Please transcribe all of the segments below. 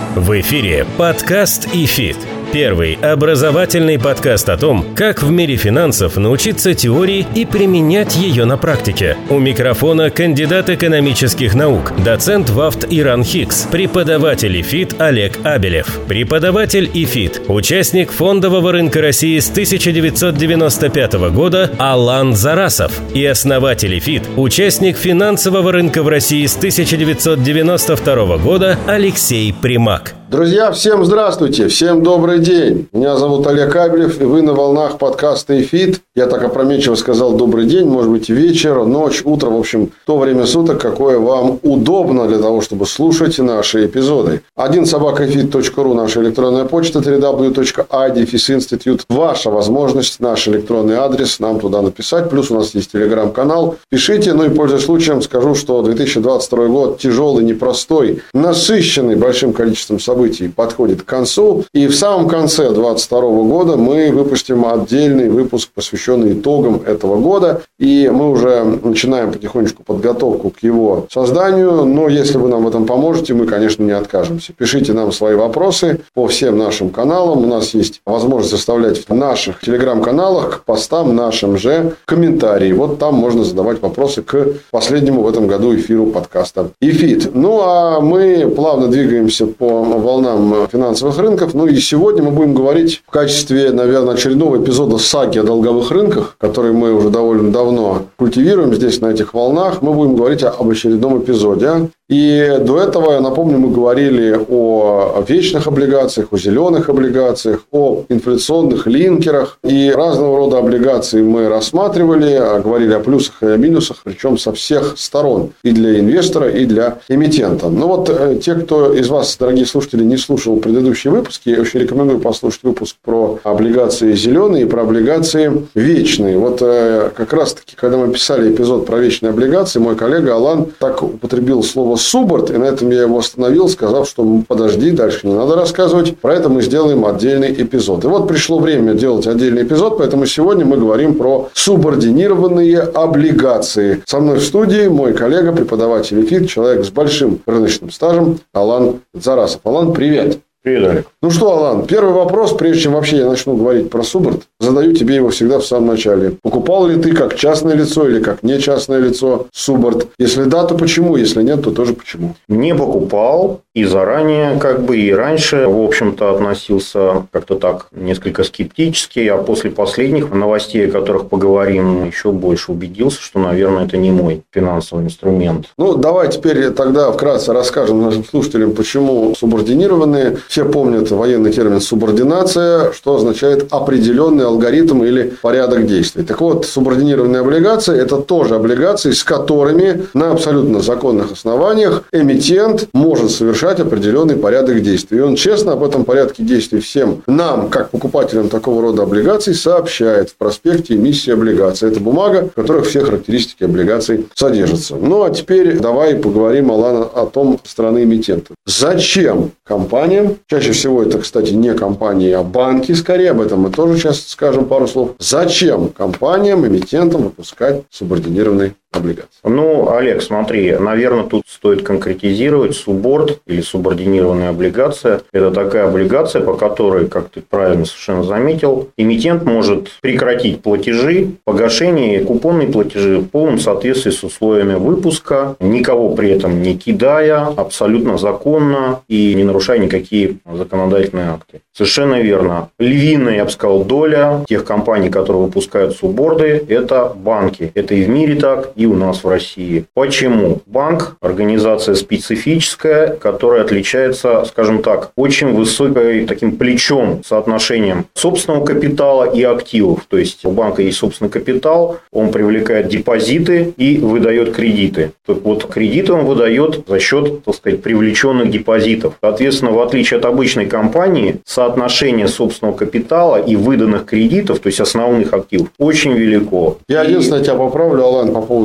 В эфире подкаст «ИФИТ». Первый образовательный подкаст о том, как в мире финансов научиться теории и применять ее на практике. У микрофона кандидат экономических наук, доцент ВАФТ Иран Хикс, преподаватель ИФИТ Олег Абелев, преподаватель ИФИТ, участник фондового рынка России с 1995 года Алан Зарасов и основатель ИФИТ, участник финансового рынка в России с 1992 года Алексей Примак. Друзья, всем здравствуйте, всем добрый день. Меня зовут Олег Абелев, и вы на волнах подкаста «ИФИТ». Я так опрометчиво сказал добрый день, может быть, вечер, ночь, утро, в общем, то время суток, какое вам удобно для того, чтобы слушать наши эпизоды. 1@ifit.ru наша электронная почта, www.idfisinstitute. Ваша возможность, наш электронный адрес, нам туда написать. Плюс у нас есть телеграм-канал. Пишите, и пользуясь случаем, скажу, что 2022 год тяжелый, непростой, насыщенный большим количеством событий подходит к концу. И в самом конце 2022 года мы выпустим отдельный выпуск, посвященный итогам этого года. И мы уже начинаем потихонечку подготовку к его созданию. Но если вы нам в этом поможете, мы, конечно, не откажемся. Пишите нам свои вопросы по всем нашим каналам. У нас есть возможность оставлять в наших телеграм-каналах к постам нашим же комментарии. Вот там можно задавать вопросы к последнему в этом году эфиру подкаста «ИФИТ». А мы плавно двигаемся по волнам финансовых рынков. И сегодня мы будем говорить в качестве, наверное, очередного эпизода саги о долговых рынках, который мы уже довольно давно культивируем здесь, на этих волнах. Мы будем говорить об очередном эпизоде. И до этого, я напомню, мы говорили о вечных облигациях, о зеленых облигациях, о инфляционных линкерах. И разного рода облигации мы рассматривали, говорили о плюсах и о минусах, причем со всех сторон. И для инвестора, и для эмитента. Те, кто из вас, дорогие слушатели, не слушал предыдущие выпуски, я очень рекомендую послушать выпуск про облигации зеленые и про облигации вечные. Как раз-таки, когда мы писали эпизод про вечные облигации, мой коллега Алан так употребил слово «суборд», и на этом я его остановил, сказав, что подожди, дальше не надо рассказывать. Про это мы сделаем отдельный эпизод. И пришло время делать отдельный эпизод, поэтому сегодня мы говорим про субординированные облигации. Со мной в студии мой коллега, преподаватель ИФИТ, человек с большим рыночным стажем Алан Зарасов. Алан, привет. Привет, Олег. Алан, первый вопрос, прежде чем вообще я начну говорить про суборд, задаю тебе его всегда в самом начале. Покупал ли ты как частное лицо или как не частное лицо суборд? Если да, то почему? Если нет, то тоже почему? Не покупал. И заранее, и раньше, в общем-то, относился как-то так несколько скептически. А после последних новостей, о которых поговорим, еще больше убедился, что, наверное, это не мой финансовый инструмент. Давай теперь тогда вкратце расскажем нашим слушателям, почему субординированные. Все помнят военный термин «субординация», что означает определенный алгоритм или порядок действий. Так вот, субординированные облигации – это тоже облигации, с которыми на абсолютно законных основаниях эмитент может совершать определенный порядок действий. И он честно об этом порядке действий всем нам, как покупателям такого рода облигаций, сообщает в проспекте эмиссии облигаций. Это бумага, в которой все характеристики облигаций содержатся. А теперь давай поговорим, Алан, о том стороны эмитента. Зачем компаниям, чаще всего это, кстати, не компании, а банки скорее, об этом мы тоже сейчас скажем пару слов, зачем компаниям, эмитентам выпускать субординированные облигации? Олег, смотри, наверное, тут стоит конкретизировать. Суборд или субординированная облигация – это такая облигация, по которой, как ты правильно совершенно заметил, эмитент может прекратить платежи, погашение, купонные платежи в полном соответствии с условиями выпуска, никого при этом не кидая, абсолютно законно и не нарушая никакие законодательные акты. Совершенно верно. Львиная, я бы сказал, доля тех компаний, которые выпускают суборды, это банки. Это и в мире так, и у нас в России. Почему? Банк – организация специфическая, которая отличается, скажем так, очень высоким таким плечом, соотношением собственного капитала и активов. То есть, у банка есть собственный капитал, он привлекает депозиты и выдает кредиты. Кредиты он выдает за счет, привлеченных депозитов. Соответственно, в отличие от обычной компании, соотношение собственного капитала и выданных кредитов, то есть основных активов, очень велико. Я единственное тебя поправлю, Алан, по поводу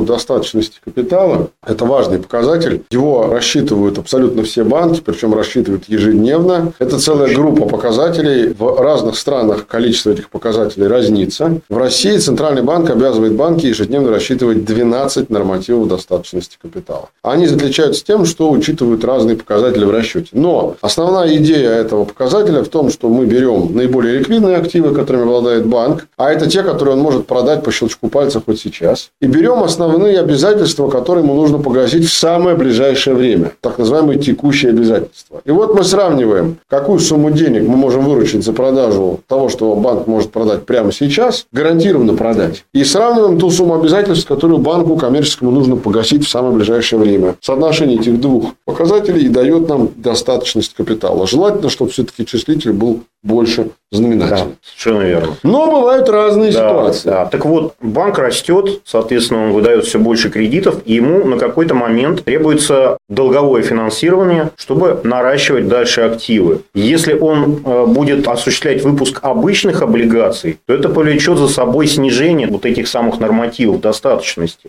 достаточности капитала. Это важный показатель. Его рассчитывают абсолютно все банки, причем рассчитывают ежедневно. Это целая группа показателей. В разных странах количество этих показателей разнится. В России Центральный банк обязывает банки ежедневно рассчитывать 12 нормативов достаточности капитала. Они отличаются тем, что учитывают разные показатели в расчете. Но основная идея этого показателя в том, что мы берем наиболее ликвидные активы, которыми обладает банк, а это те, которые он может продать по щелчку пальца хоть сейчас. И берем основные обязательства, которые ему нужно погасить в самое ближайшее время. Так называемые текущие обязательства. И вот мы сравниваем, какую сумму денег мы можем выручить за продажу того, что банк может продать прямо сейчас, гарантированно продать. И сравниваем ту сумму обязательств, которую банку коммерческому нужно погасить в самое ближайшее время. Соотношение этих двух показателей дает нам достаточность капитала. Желательно, чтобы все-таки числитель был больше знаменателя. Да, совершенно верно. Но бывают разные ситуации. Да. Так вот, банк растет, соответственно, он выдает все больше кредитов, и ему на какой-то момент требуется долговое финансирование, чтобы наращивать дальше активы. Если он будет осуществлять выпуск обычных облигаций, то это повлечет за собой снижение вот этих самых нормативов достаточности.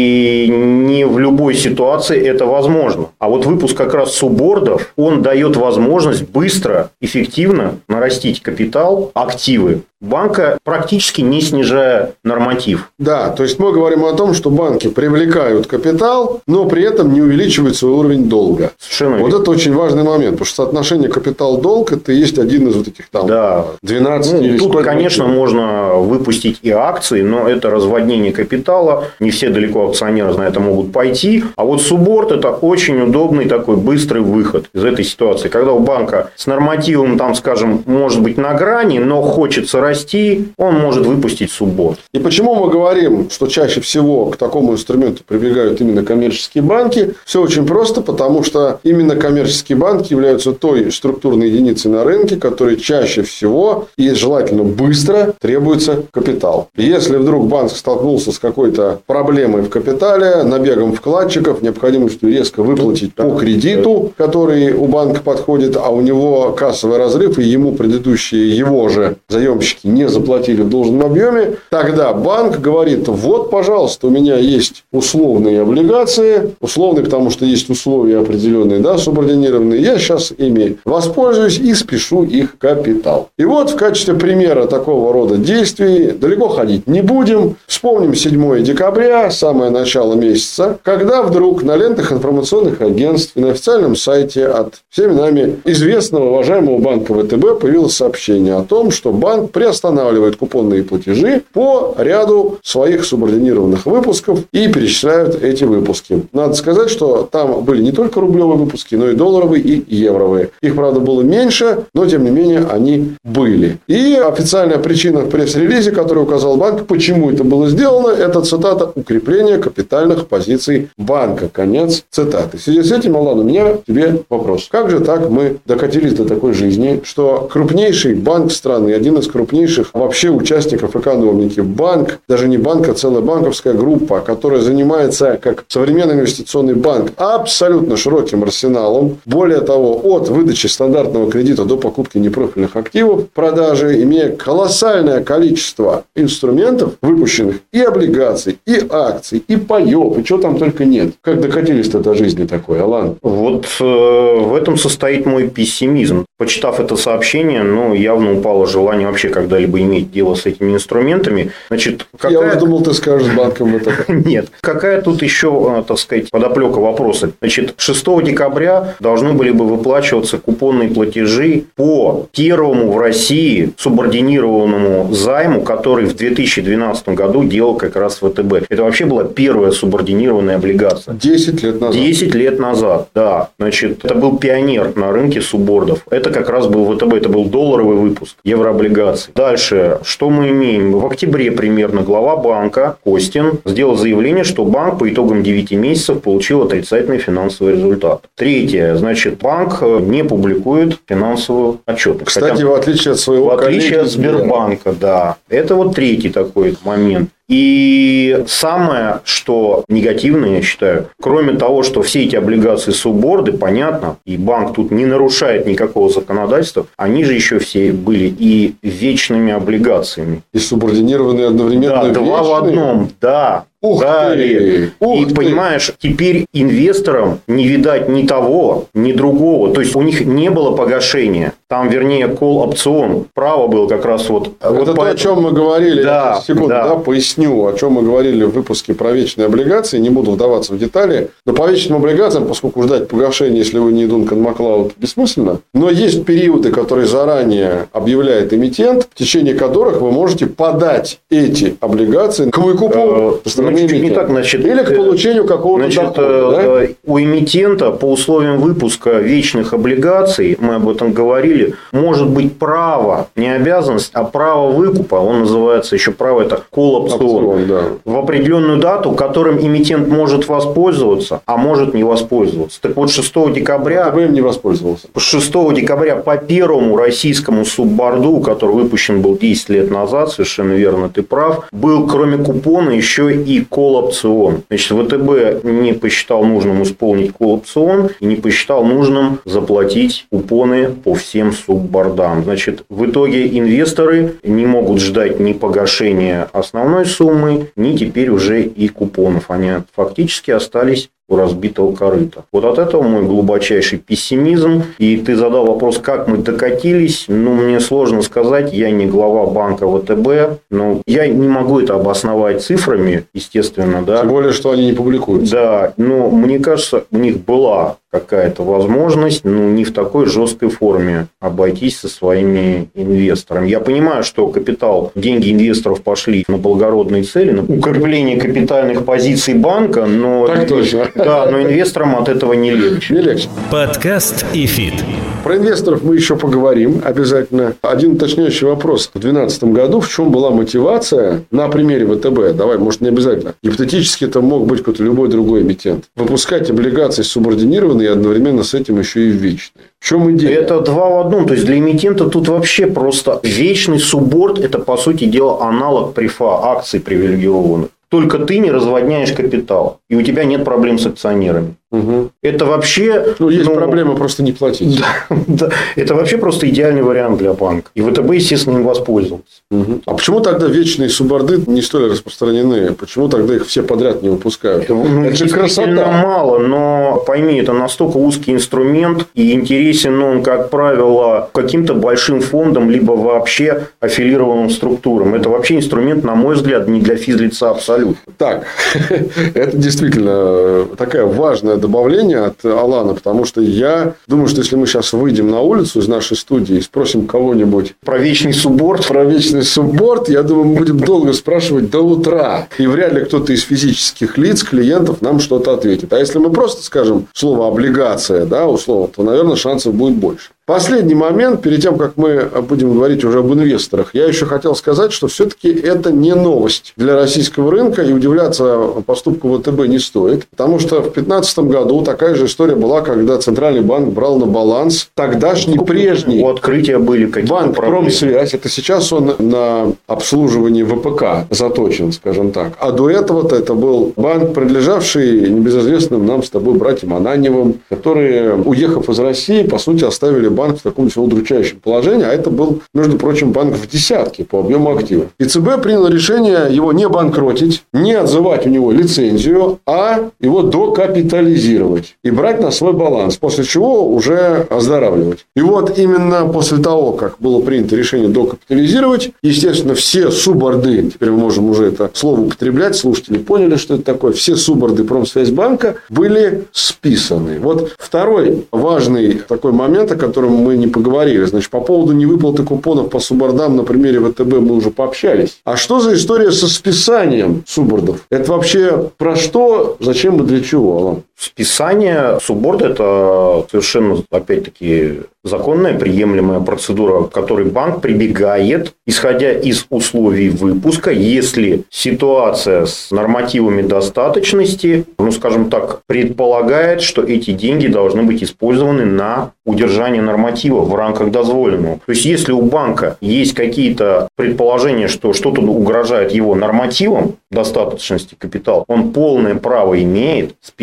И не в любой ситуации это возможно. А вот выпуск как раз суббордов, он дает возможность быстро, эффективно нарастить капитал, активы банка, практически не снижая норматив. Да, то есть мы говорим о том, что банки привлекают капитал, но при этом не увеличивают свой уровень долга. Совершенно вот верно. Это очень важный момент, потому что соотношение капитал-долг это и есть один из вот этих там 12 или тут, сколько. конечно, можно выпустить и акции, но это разводнение капитала. Не все далеко акционеры на это могут пойти. А вот субборд это очень удобный такой быстрый выход из этой ситуации. Когда у банка с нормативом, там, скажем, может быть на грани, но хочется расти, он может выпустить субборд. И почему мы говорим, что чаще всего к такому инструменту прибегают именно коммерческие банки? Все очень просто, потому что именно коммерческие банки являются той структурной единицей на рынке, которой чаще всего и желательно быстро требуется капитал. Если вдруг банк столкнулся с какой-то проблемой в капитале, набегом вкладчиков, необходимостью резко выплатить по кредиту, который у банка подходит, а у него кассовый разрыв, и ему предыдущие его же заемщики не заплатили в должном объеме, тогда банк говорит: вот, пожалуйста, у меня есть условные облигации, условные, потому что есть условия определенные, да, субординированные, я сейчас ими воспользуюсь и спешу их капитал. И вот в качестве примера такого рода действий далеко ходить не будем. Вспомним 7 декабря, самое начало месяца, когда вдруг на лентах информационных агентств и на официальном сайте от всеми нами известного, уважаемого банка ВТБ появилось сообщение о том, что банк приостанавливает купонные платежи по ряду своих субординированных выпусков и перечисляют эти выпуски. Надо сказать, что там были не только рублевые выпуски, но и долларовые и евровые. Их, правда, было меньше, но, тем не менее, они были. И официальная причина в пресс-релизе, который указал банк, почему это было сделано, это цитата: «укрепление капитальных позиций банка». Конец цитаты. В связи с этим, Алан, у меня к тебе вопрос. Как же так мы докатились до такой жизни, что крупнейший банк страны, один из крупнейших вообще участников экономики, банк, даже не банк, а целая банковская группа, которая занимается как современный инвестиционный банк абсолютно широким арсеналом, более того, от выдачи стандартного кредита до покупки непрофильных активов, продажи, имея колоссальное количество инструментов, выпущенных и облигаций, и акций, и паёк, и чего там только нет. Как докатились-то до жизни такой, Алан? Вот в этом состоит мой пессимизм. Почитав это сообщение, явно упало желание вообще когда-либо иметь дело с этими инструментами. Значит, Я уже думал, ты скажешь с банком это. Нет. Какая тут еще, так сказать, подоплека вопроса? Значит, 6 декабря должны были бы выплачиваться купонные платежи по первому в России субординированному займу, который в 2012 году делал как раз ВТБ. Это вообще была первая субординированная облигация. 10 лет назад. 10 лет назад, да. Значит, это был пионер на рынке суббордов. Это как раз был ВТБ, это был долларовый выпуск еврооблигаций. Дальше, что мы имеем? В октябре примерно глава банка Костин сделал заявление, что банк по итогам 9 месяцев получил отрицательный финансовый результат. Третье, значит, банк не публикует финансовую отчетность. Кстати, в отличие от своего коллеги, в отличие от Сбербанка, да. Это вот третий такой момент. И самое, что негативное, я считаю, кроме того, что все эти облигации субборды, понятно, и банк тут не нарушает никакого законодательства, они же еще все были и вечными облигациями. И субординированные одновременно. Да, два в одном, да. Далее. Понимаешь, теперь инвесторам не видать ни того, ни другого. То есть, у них не было погашения. Там, вернее, колл-опцион. Право было как раз вот... Это то, о чем мы говорили. Да, поясню, о чем мы говорили в выпуске про вечные облигации. Не буду вдаваться в детали. Но по вечным облигациям, поскольку ждать погашения, если вы не Duncan MacLeod, бессмысленно. Но есть периоды, которые заранее объявляет эмитент, в течение которых вы можете подать эти облигации к выкупу или к получению какого-то дохода. У эмитента по условиям выпуска вечных облигаций, мы об этом говорили, может быть право, не обязанность, а право выкупа, он называется еще право, это колл-опцион, в определенную дату, которым эмитент может воспользоваться, а может не воспользоваться. Так вот, 6 декабря... ВТБ им не воспользовался. 6 декабря по первому российскому субборду, который выпущен был 10 лет назад, совершенно верно, ты прав, был кроме купона еще и колл-опцион. Значит, ВТБ не посчитал нужным исполнить колл-опцион и не посчитал нужным заплатить купоны по всем суббордам. Значит, в итоге инвесторы не могут ждать ни погашения основной суммы, ни теперь уже и купонов. Они фактически остались у разбитого корыта. Вот от этого мой глубочайший пессимизм. И ты задал вопрос, как мы докатились. Мне сложно сказать. Я не глава банка ВТБ. Но я не могу это обосновать цифрами, естественно. Да. Тем более, что они не публикуются. Да, но мне кажется, у них была какая-то возможность, не в такой жесткой форме обойтись со своими инвесторами. Я понимаю, что капитал, деньги инвесторов пошли на благородные цели, на укрепление капитальных позиций банка, но... Так точно. Да, но инвесторам от этого не легче. Не легче. Подкаст «ИФИТ». Про инвесторов мы еще поговорим обязательно. Один уточняющий вопрос. В 2012 году в чем была мотивация на примере ВТБ? Давай, может, не обязательно. Гипотетически это мог быть какой-то любой другой эмитент. Выпускать облигации субординированные и одновременно с этим еще и вечные. В чем идея? Это 2 в 1. То есть, для эмитента тут вообще просто вечный субборд. Это, по сути дела, аналог префа, акций привилегированных. Только ты не разводняешь капитал. И у тебя нет проблем с акционерами. Угу. Это вообще... есть проблема просто не платить. Да, это вообще просто идеальный вариант для банка. И ВТБ, естественно, им воспользовался. Угу. А почему тогда вечные субборды не столь распространены? Почему тогда их все подряд не выпускают? Это же красота. Мало, но пойми, это настолько узкий инструмент. И интересен он, как правило, каким-то большим фондом, либо вообще аффилированным структурам. Это вообще инструмент, на мой взгляд, не для физлица абсолютно. Так, это действительно такая важная добавление от Алана, потому что я думаю, что если мы сейчас выйдем на улицу из нашей студии и спросим кого-нибудь про вечный субборд, я думаю, мы будем долго спрашивать до утра. И вряд ли кто-то из физических лиц, клиентов нам что-то ответит. А если мы просто скажем слово облигация, условно, то, наверное, шансов будет больше. Последний момент, перед тем, как мы будем говорить уже об инвесторах, я еще хотел сказать, что все-таки это не новость для российского рынка, и удивляться поступку ВТБ не стоит, потому что в 2015 году такая же история была, когда Центральный банк брал на баланс тогдашний прежний у открытия были какие-то банк проблемы. Промсвязь. Это сейчас он на обслуживании ВПК заточен, скажем так. А до этого-то это был банк, принадлежавший небезызвестным нам с тобой братьям Ананьевым, которые, уехав из России, по сути, оставили банк в таком удручающем положении, а это был, между прочим, банк в десятке по объему активов. И ЦБ принял решение его не банкротить, не отзывать у него лицензию, а его докапитализировать и брать на свой баланс, после чего уже оздоравливать. И вот именно после того, как было принято решение докапитализировать, естественно, все субборды, теперь мы можем уже это слово употреблять, слушатели поняли, что это такое, все субборды Промсвязьбанка были списаны. Вот второй важный такой момент, о котором мы не поговорили. Значит, по поводу невыплаты купонов по суббордам на примере ВТБ мы уже пообщались. А что за история со списанием суббордов? Это вообще про что, зачем и для чего, Алан? Списание субборда – это совершенно, опять-таки, законная, приемлемая процедура, к которой банк прибегает, исходя из условий выпуска, если ситуация с нормативами достаточности, скажем так, предполагает, что эти деньги должны быть использованы на удержание норматива в рамках дозволенного. То есть, если у банка есть какие-то предположения, что что-то угрожает его нормативам достаточности капитала, он полное право имеет списать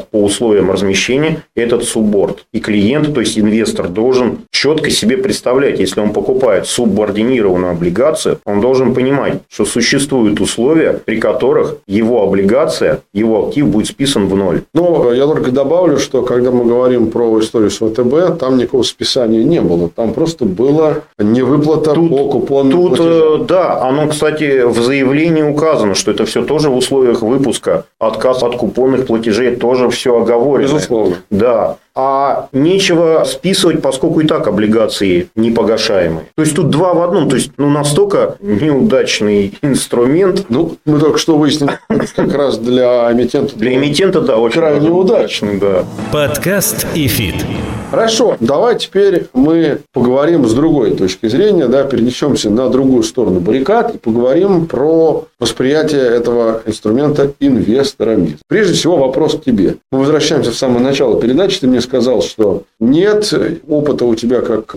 покупать по условиям размещения этот субборд. И клиент, то есть инвестор, должен четко себе представлять, если он покупает субординированную облигацию, он должен понимать, что существуют условия, при которых его облигация, его актив будет списан в ноль. Ну, я только добавлю, что когда мы говорим про историю с ВТБ, там никакого списания не было. Там просто была невыплата по купонным платежам. Да, оно, кстати, в заявлении указано, что это все тоже в условиях выпуска. Отказ от купонных платежей тоже все оговорено. Безусловно. Да. А нечего списывать, поскольку и так облигации непогашаемые. То есть, тут два в одном. То есть, настолько неудачный инструмент. Мы только что выяснили, как раз для эмитента. Для эмитента, да, очень крайне удачный. Да. Подкаст «ИФИТ». Хорошо, давай теперь мы поговорим с другой точки зрения, перенесемся на другую сторону баррикад и поговорим про восприятие этого инструмента инвесторами. Прежде всего, вопрос к тебе. Мы возвращаемся в самое начало передачи. Ты мне сказал, что нет опыта у тебя как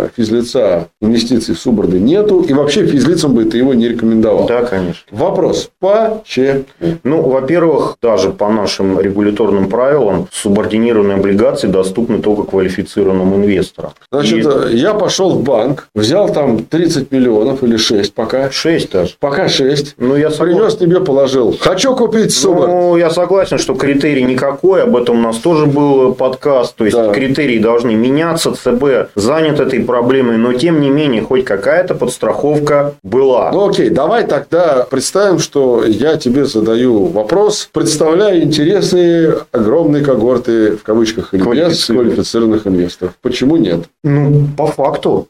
физлица инвестиций в суборды нету, и вообще физлицам бы ты его не рекомендовал. Да, конечно. Вопрос: почему? Во-первых, даже по нашим регуляторным правилам субординированные облигации доступны только квалифицированному инвестору. Значит, я пошел в банк, взял там 30 миллионов или 6 пока. 6 даже. Пока 6. Я принес тебе, положил. Хочу купить суборд. Я согласен, что критерий никакой. Об этом у нас тоже был подкаст. То есть, критерии должны меняться. ЦБ занят этой проблемой. Но, тем не менее, хоть какая-то подстраховка была. Окей, давай тогда представим, что я тебе задаю вопрос, представляя интересы огромной когорты, в кавычках, квалифицированных инвесторов. Почему нет? По факту.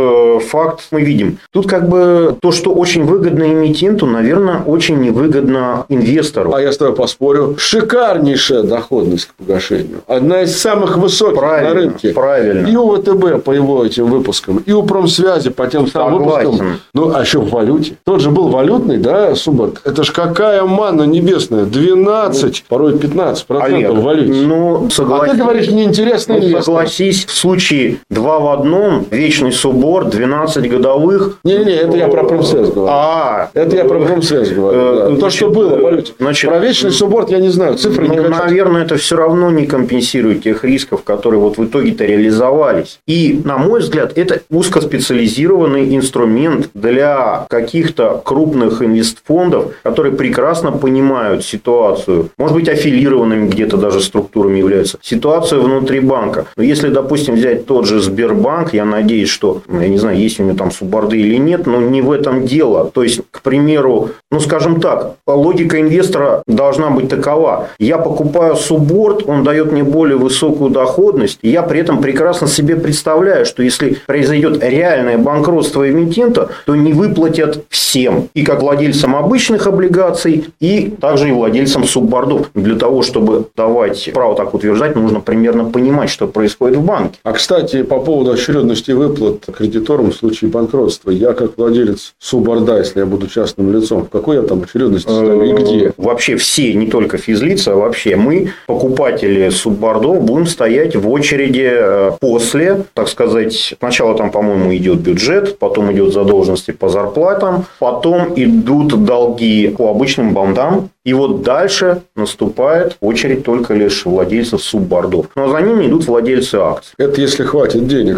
Факт мы видим. Тут то, что очень выгодно эмитенту, наверное, очень невыгодно инвестору. А я с тобой поспорю. Шикарнейшая доходность к погашению. Одна из самых высоких на рынке. Правильно. И у ВТБ по его этим выпускам, и у Промсвязи по тем самым выпускам. А еще в валюте. Тот же был валютный, суборд. Это ж какая манна небесная. 12, порой 15% в валюте. Согласись. А ты говоришь, неинтересно инвестору. Согласись, в случае 2 в 1, вечный субборд, 12 годовых. Не, это я про Промсвязь говорю. Это я про Промсвязь говорю. То, что было в валюте. Про вечный субборд я не знаю. Цифры не хочу. Наверное, это все равно не компенсирует тех рисков, которые в итоге-то реализовались. И, на мой взгляд, это узкоспециализированный инструмент для каких-то крупных инвестфондов, которые прекрасно понимают ситуацию. Может быть, аффилированными где-то даже структурами являются. Ситуацию внутри банка. Но если, допустим, взять тот же Сбербанк, я надеюсь, что, я не знаю, есть у него там субборды или нет, но не в этом дело. То есть, к примеру, скажем так, логика инвестора должна быть такова. Я покупаю субборд, он дает мне более высокую доходность, и я при этом прекрасно себе представляю, что если произойдет реальное банкротство эмитента, то не выплатят всем. И как владельцам обычных облигаций, и также и владельцам суббордов. Для того, чтобы давать право так утверждать, нужно примерно понимать, что происходит в банке. А, кстати, по поводу очередности выплат кредиторам в случае банкротства. Я, как владелец субборда, если я буду частным лицом, в какой я там очередности стою и где? Вообще все, не только физлица, а вообще мы, покупатели суббордов, будем стоять в очереди после, так сказать, сначала там, по-моему, идет бюджет, потом идет задолженности по зарплатам, потом идут долги по обычным бандам, и дальше наступает очередь только лишь владельцев суббордов. Но за ними идут владельцы акций. Это если хватит денег.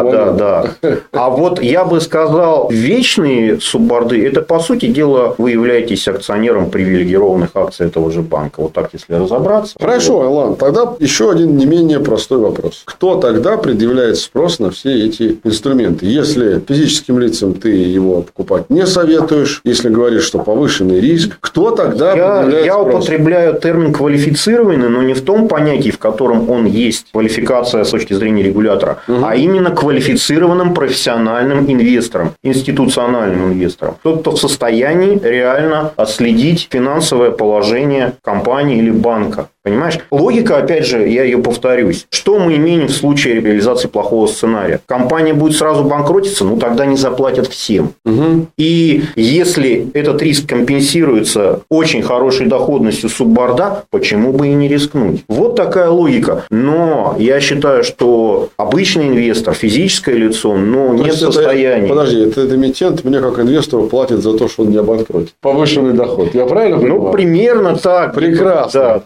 Да. А я бы сказал, вечные субборды, это, по сути дела, вы являетесь акционером привилегированных акций этого же банка. Так, если разобраться. Хорошо, Алан, тогда еще один не менее простой вопрос. Кто тогда предъявляет спрос на все эти инструменты? Если физическим лицам ты его покупать не советуешь, если говоришь, что повышенный риск, кто тогда Я употребляю термин квалифицированный, но не в том понятии, в котором он есть квалификация с точки зрения регулятора, а именно квалифицированным профессиональным инвестором, институциональным инвестором. Тот, кто в состоянии реально отследить финансовое положение компании или банка. Понимаешь? Логика, опять же, я ее повторюсь. Что мы имеем в случае реализации плохого сценария? Компания будет сразу банкротиться, тогда не заплатят всем. И если этот риск компенсируется очень хорошей доходностью субборда, почему бы и не рискнуть? Вот такая логика. Но я считаю, что обычный инвестор, физическое лицо, нет состояния. Подожди, этот эмитент мне как инвестору платит за то, что он не обанкротит. Повышенный доход. Я правильно понимаю? Примерно так. Прекрасно. Да.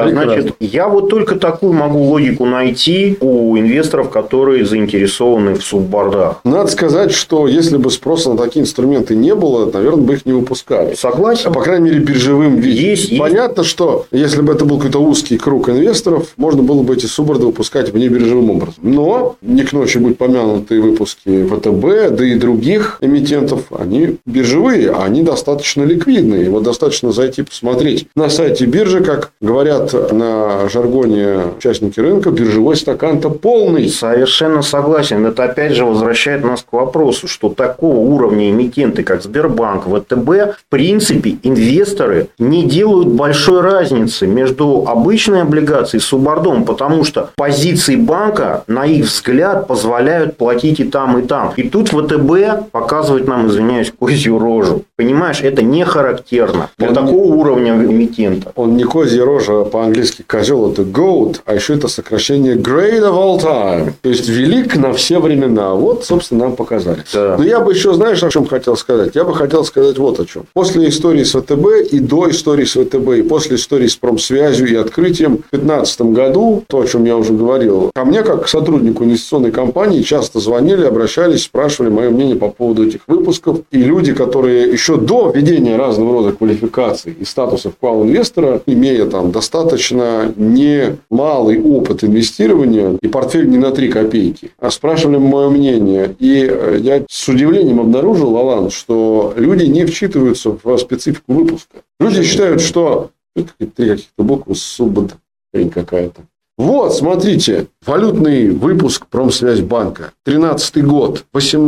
Значит, я вот только такую могу логику найти у инвесторов, которые заинтересованы в суббордах. Надо сказать, что если бы спроса на такие инструменты не было, наверное, бы их не выпускали. Согласен. По крайней мере, биржевым виде. Понятно, что если бы это был какой-то узкий круг инвесторов, можно было бы эти субборды выпускать вне биржевым образом. Но не к ночи будут помянутые выпуски ВТБ, да и других эмитентов, они биржевые, они достаточно ликвидные. Вот достаточно зайти посмотреть на сайте биржи, как говорят на жаргоне участники рынка, биржевой стакан-то полный. Совершенно согласен. Это опять же возвращает нас к вопросу, что такого уровня эмитенты, как Сбербанк, ВТБ, в принципе, инвесторы не делают большой разницы между обычной облигацией и суббордом, потому что позиции банка, на их взгляд, позволяют платить и там, и там. И тут ВТБ показывает нам, извиняюсь, козью рожу. Понимаешь, это не характерно для такого уровня эмитента. Он не козья рожа, по-английски козел это goat, а еще это сокращение great of all time. То есть, велик на все времена. Вот, собственно, нам показали. Да. Но я бы еще, знаешь, о чем хотел сказать? Я бы хотел сказать вот о чем. После истории с ВТБ и до истории с ВТБ, и после истории с Промсвязью и открытием в 2015 году, то, о чем я уже говорил, ко мне, как к сотруднику инвестиционной компании, часто звонили, обращались, спрашивали мое мнение по поводу этих выпусков. И люди, которые еще до введения разного рода квалификаций и статуса вклад-инвестора, имея там достаточно немалый опыт инвестирования и портфель не на 3 копейки, спрашивали мое мнение. И я с удивлением обнаружил, Алан, что люди не вчитываются в специфику выпуска. Люди считают, что 3 каких-то буквы, субборд, хрень какая-то. Вот, смотрите, валютный выпуск Промсвязьбанка. 13-й год.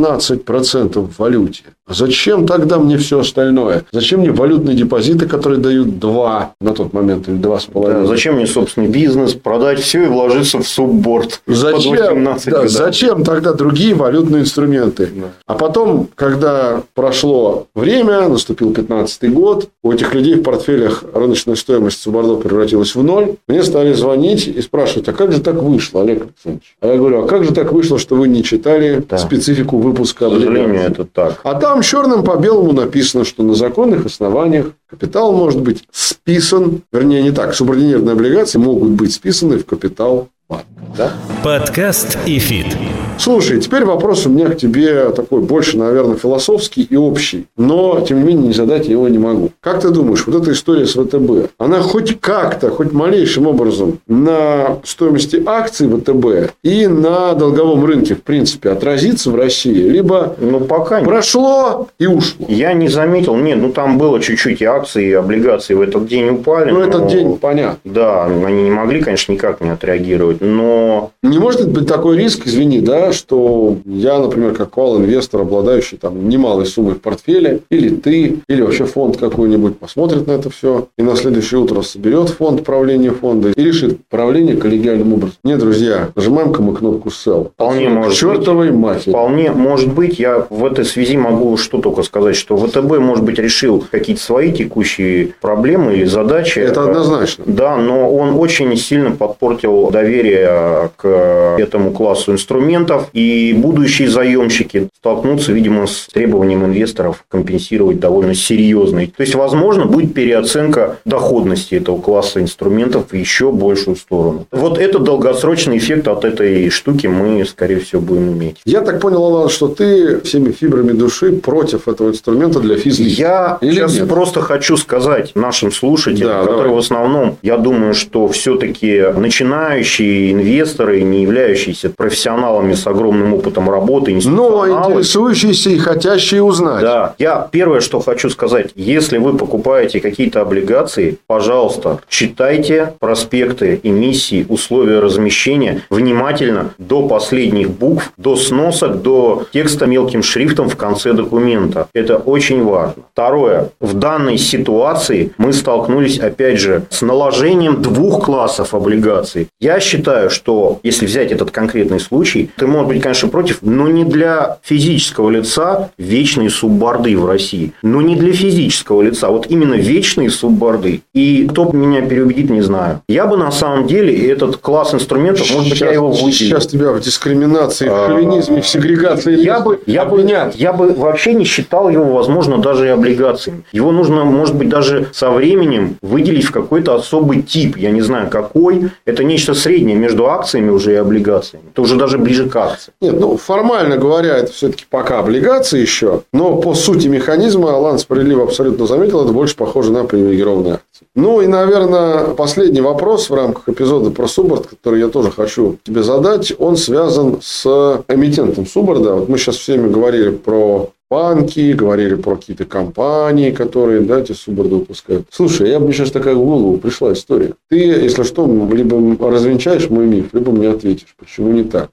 18% в валюте. А зачем тогда мне все остальное? Зачем мне валютные депозиты, которые дают 2 на тот момент или 2,5? Да, зачем мне собственный бизнес, продать все и вложиться в субборд? Зачем тогда другие валютные инструменты? Да. А потом, когда прошло время, наступил 15-й год, у этих людей в портфелях рыночная стоимость суббордов превратилась в 0. Мне стали звонить и спрашивать, а как же так вышло, Олег Александрович? А я говорю, а как же так вышло, что вы не читали специфику выпуска облигаций? К сожалению, это так. А там черным по белому написано, что на законных основаниях капитал может быть списан, вернее, не так, субординированные облигации могут быть списаны в капитал банка. Да? Подкаст «ИФИТ». Слушай, теперь вопрос у меня к тебе такой больше, наверное, философский и общий. Но, тем не менее, не задать я его не могу. Как ты думаешь, вот эта история с ВТБ, она хоть как-то, хоть малейшим образом на стоимости акций ВТБ и на долговом рынке, в принципе, отразится в России? Либо пока прошло и ушло? Я не заметил. Нет, там было чуть-чуть и акции, и облигации в этот день упали. Этот день, понятно. Да, они не могли, конечно, никак не отреагировать. Но... Не может быть такой риск, извини, да, что я, например, как инвестор, обладающий там немалой суммой в портфеле, или ты, или вообще фонд какой-нибудь посмотрит на это все и на следующее утро соберет фонд правления фонда и решит правление коллегиальным образом. Нет, друзья, нажимаем-ка мы кнопку sell. Вполне может чертовой матери. Вполне может быть. Я в этой связи могу что только сказать, что ВТБ, может быть, решил какие-то свои текущие проблемы или задачи. Это однозначно. Да, но он очень сильно подпортил доверие к этому классу инструментов. И будущие заемщики столкнутся, видимо, с требованием инвесторов компенсировать довольно серьезно. То есть, возможно, будет переоценка доходности этого класса инструментов в еще большую сторону. Вот этот долгосрочный эффект от этой штуки мы, скорее всего, будем иметь. Я так понял, Алан, что ты всеми фибрами души против этого инструмента для физлиц. Я сейчас просто хочу сказать нашим слушателям, которые в основном, я думаю, что все-таки начинающие инвесторы, не являющиеся профессионалами с огромным опытом работы, но интересующиеся и хотящие узнать. Да. Я первое, что хочу сказать, если вы покупаете какие-то облигации, пожалуйста, читайте проспекты эмиссии, условия размещения внимательно до последних букв, до сносок, до текста мелким шрифтом в конце документа. Это очень важно. Второе. В данной ситуации мы столкнулись, опять же, с наложением 2 классов облигаций. Я считаю, считаю, что если взять этот конкретный случай, ты можешь быть, конечно, против, но не для физического лица вечные субборды в России. Но не для физического лица. Вот именно вечные субборды. И кто меня переубедит, не знаю. Я бы на самом деле этот класс инструментов, может быть, я его выделил. Сейчас тебя в дискриминации, в шовинизме, в сегрегации я бы вообще не считал его, возможно, даже и облигациями. Его нужно, может быть, даже со временем выделить в какой-то особый тип. Я не знаю, какой. Это нечто среднее между акциями уже и облигациями. Это уже даже ближе к акциям. Нет, формально говоря, это все-таки пока облигации еще. Но по сути механизма, Алан справедливо абсолютно заметил, это больше похоже на привилегированные акции. Ну и, наверное, последний вопрос в рамках эпизода про субборд, который я тоже хочу тебе задать, он связан с эмитентом субборда. Вот мы сейчас всеми говорили про банки, говорили про какие-то компании, которые эти субборды выпускают. Слушай, мне сейчас такая в голову пришла история. Ты, если что, либо развенчаешь мой миф, либо мне ответишь, почему не так.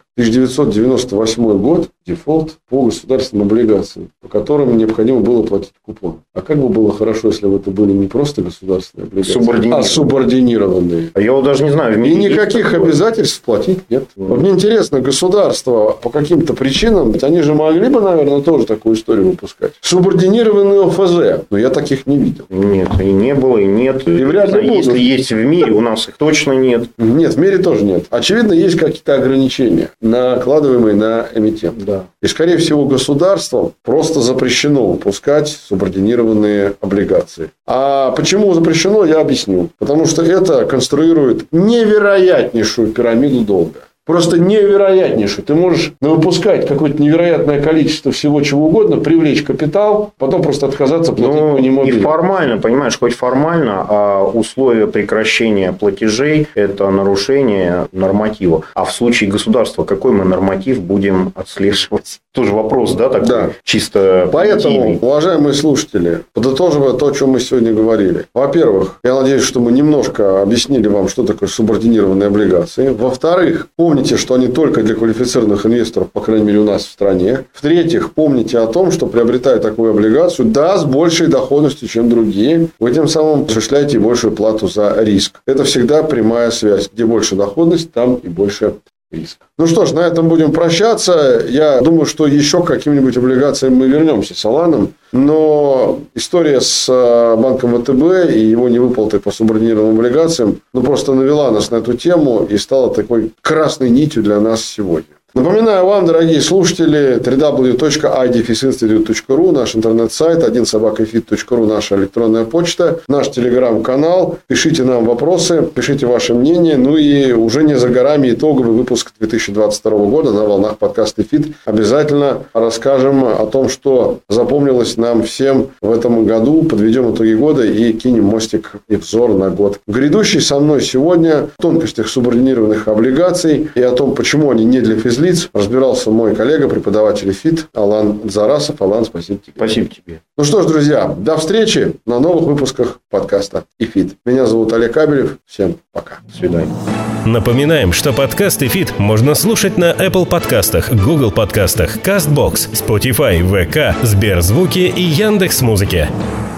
1998 год, дефолт по государственным облигациям, по которым необходимо было платить купон. А как бы было хорошо, если бы это были не просто государственные облигации, а субординированные. А я вот даже не знаю. И никаких обязательств платить нет. Вот мне интересно, государство по каким-то причинам, они же могли бы, наверное, тоже такую историю выпускать. Субординированные ОФЗ. Но я таких не видел. Нет, и не было, и нет. И вряд ли если есть в мире, у нас их точно нет. Нет, в мире тоже нет. Очевидно, есть какие-то ограничения, накладываемые на эмитент. Да. И, скорее всего, государством просто запрещено выпускать субординированные облигации. А почему запрещено, я объясню. Потому что это конструирует невероятнейшую пирамиду долга. Просто невероятнейшую. Ты можешь выпускать какое-то невероятное количество всего чего угодно, привлечь капитал, потом просто отказаться платить по нему. И формально, понимаешь, хоть формально, а условия прекращения платежей – это нарушение норматива. А в случае государства какой мы норматив будем отслеживать? Тоже вопрос, да, такой? Да. Чисто Поэтому, понятийный. уважаемые слушатели, подытоживая то, о чем мы сегодня говорили. Во-первых, я надеюсь, что мы немножко объяснили вам, что такое субординированные облигации. Во-вторых, помните, что они только для квалифицированных инвесторов, по крайней мере, у нас в стране. В-третьих, помните о том, что приобретая такую облигацию, да, с большей доходностью, чем другие, вы тем самым осуществляете большую плату за риск. Это всегда прямая связь. Где больше доходность, там и больше риск. Ну что ж, на этом будем прощаться. Я думаю, что еще к каким-нибудь облигациям мы вернемся с Аланом. Но история с банком ВТБ и его невыплатой по субординированным облигациям просто навела нас на эту тему и стала такой красной нитью для нас сегодня. Напоминаю вам, дорогие слушатели, www.idfisinstitute.ru, наш интернет-сайт, 1собакафит.ру, наша электронная почта, наш телеграм-канал. Пишите нам вопросы, пишите ваше мнение. Ну и уже не за горами итоговый выпуск 2022 года на волнах подкаста «Фит». Обязательно расскажем о том, что запомнилось нам всем в этом году. Подведем итоги года и кинем мостик и взор на год грядущий. Со мной сегодня в тонкостях субординированных облигаций и о том, почему они не для физлиц, разбирался мой коллега, преподаватель ФИТ Алан Дзарасов. Алан, спасибо тебе. Спасибо тебе. Ну что ж, друзья, до встречи на новых выпусках подкаста «ИФИТ». Меня зовут Олег Кабелев. Всем пока. До свидания. Напоминаем, что подкаст «ИФИТ» можно слушать на Apple подкастах, Google подкастах, CastBox, Spotify, ВК, Сберзвуки и Яндекс.Музыке.